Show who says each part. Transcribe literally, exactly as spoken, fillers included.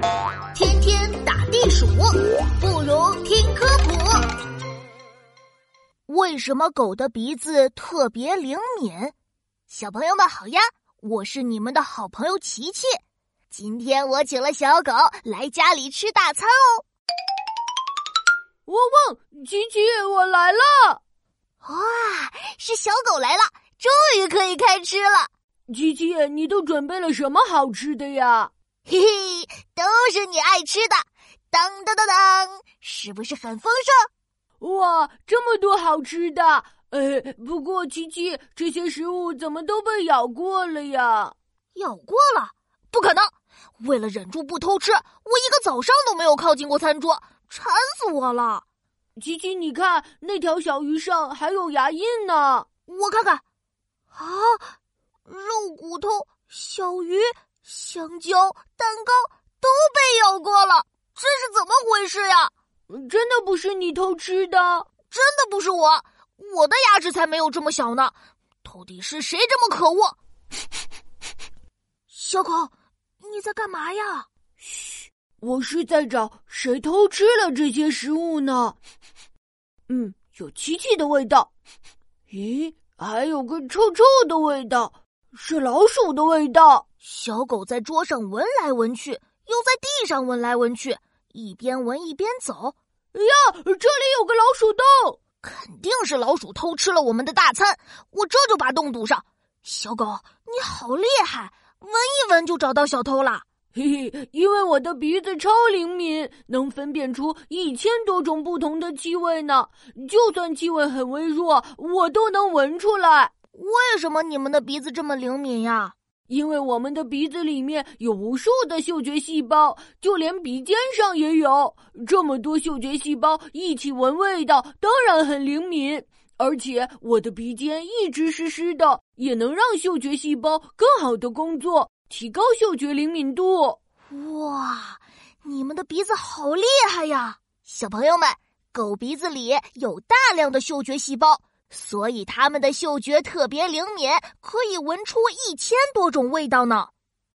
Speaker 1: 天天打地鼠，不如听科普。为什么狗的鼻子特别灵敏？小朋友们好呀，我是你们的好朋友琪琪。今天我请了小狗来家里吃大餐哦。
Speaker 2: 汪汪，琪琪，我来了！
Speaker 1: 哇，是小狗来了，终于可以开吃了。
Speaker 2: 琪琪，你都准备了什么好吃的呀？
Speaker 1: 嘿嘿，都是你爱吃的。当当当当，是不是很丰盛？
Speaker 2: 哇，这么多好吃的！呃，不过琪琪，这些食物怎么都被咬过了呀？
Speaker 1: 咬过了？不可能！为了忍住不偷吃，我一个早上都没有靠近过餐桌，馋死我了。
Speaker 2: 琪琪，你看那条小鱼上还有牙印呢。
Speaker 1: 我看看，啊，肉骨头、小鱼、香蕉、蛋糕都被咬过了，这是怎么回事呀？
Speaker 2: 真的不是你偷吃的？
Speaker 1: 真的不是我，我的牙齿才没有这么小呢。到底是谁这么可恶？小狗，你在干嘛呀？
Speaker 2: 嘘，我是在找谁偷吃了这些食物呢。嗯，有琪琪的味道。咦，还有个臭臭的味道，是老鼠的味道。
Speaker 1: 小狗在桌上闻来闻去，又在地上闻来闻去，一边闻一边走。
Speaker 2: 呀，这里有个老鼠洞，
Speaker 1: 肯定是老鼠偷吃了我们的大餐，我这就把洞堵上。小狗，你好厉害，闻一闻就找到小偷了。
Speaker 2: 嘿嘿，因为我的鼻子超灵敏，能分辨出一千多种不同的气味呢。就算气味很微弱，我都能闻出来。
Speaker 1: 为什么你们的鼻子这么灵敏呀？
Speaker 2: 因为我们的鼻子里面有无数的嗅觉细胞，就连鼻尖上也有。这么多嗅觉细胞一起闻味道，当然很灵敏。而且我的鼻尖一直湿湿的，也能让嗅觉细胞更好的工作，提高嗅觉灵敏度。
Speaker 1: 哇，你们的鼻子好厉害呀！小朋友们，狗鼻子里有大量的嗅觉细胞，所以它们的嗅觉特别灵敏，可以闻出一千多种味道呢。